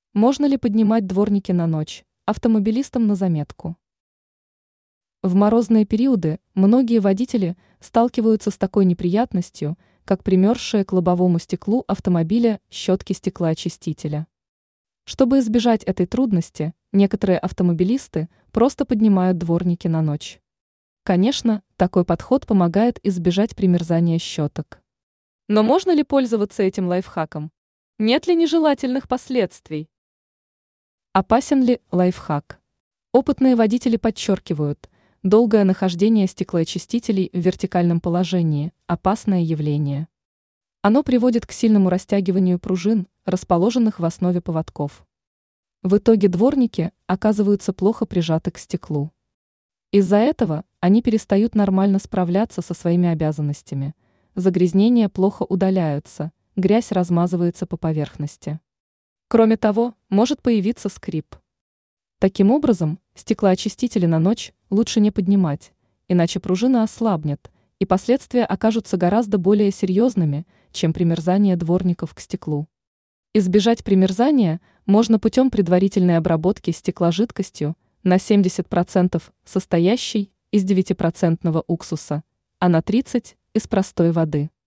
Можно ли поднимать дворники на ночь? Автомобилистам на заметку. В морозные периоды многие водители сталкиваются с такой неприятностью, как примерзшие к лобовому стеклу автомобиля щетки стеклоочистителя. Чтобы избежать этой трудности, некоторые автомобилисты просто поднимают дворники на ночь. Конечно, такой подход помогает избежать примерзания щеток. Но можно ли пользоваться этим лайфхаком? Нет ли нежелательных последствий? Опасен ли лайфхак? Опытные водители подчеркивают, долгое нахождение стеклоочистителей в вертикальном положении – опасное явление. Оно приводит к сильному растягиванию пружин, расположенных в основе поводков. В итоге дворники оказываются плохо прижаты к стеклу. Из-за этого они перестают нормально справляться со своими обязанностями, загрязнения плохо удаляются, грязь размазывается по поверхности. Кроме того, может появиться скрип. Таким образом, стеклоочистители на ночь лучше не поднимать, иначе пружина ослабнет, и последствия окажутся гораздо более серьезными, чем примерзание дворников к стеклу. Избежать примерзания можно путем предварительной обработки стекла жидкостью на 70% состоящей из 9% уксуса, а на 30% из простой воды.